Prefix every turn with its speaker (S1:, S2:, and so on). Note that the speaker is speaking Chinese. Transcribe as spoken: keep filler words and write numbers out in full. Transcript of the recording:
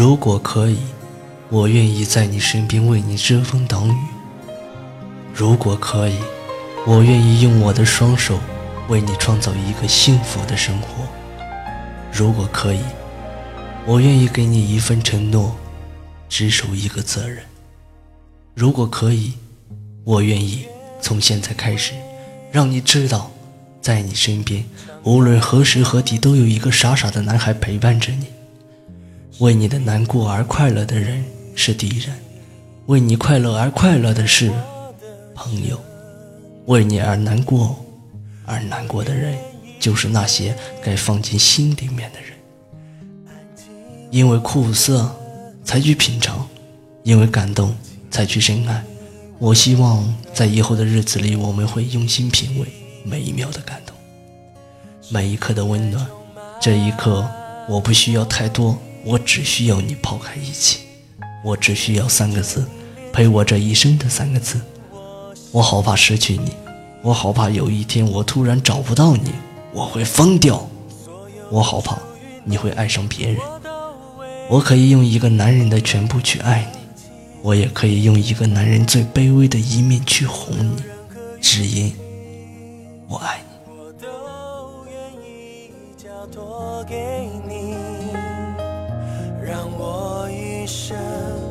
S1: 如果可以，我愿意在你身边为你遮风挡雨。如果可以，我愿意用我的双手为你创造一个幸福的生活。如果可以，我愿意给你一份承诺，只守一个责任。如果可以，我愿意从现在开始让你知道，在你身边无论何时何地都有一个傻傻的男孩陪伴着你。为你的难过而快乐的人是敌人，为你快乐而快乐的是朋友，为你而难过而难过的人就是那些该放进心里面的人。因为苦涩才去品尝，因为感动才去深爱。我希望在以后的日子里，我们会用心品味每一秒的感动，每一刻的温暖。这一刻我不需要太多，我只需要你抛开一切，我只需要三个字，陪我这一生的三个字。我好怕失去你，我好怕有一天我突然找不到你，我会疯掉。我好怕你会爱上别人。我可以用一个男人的全部去爱你，我也可以用一个男人最卑微的一面去哄你，只因我爱你。
S2: 我都愿意交托给你，让我一生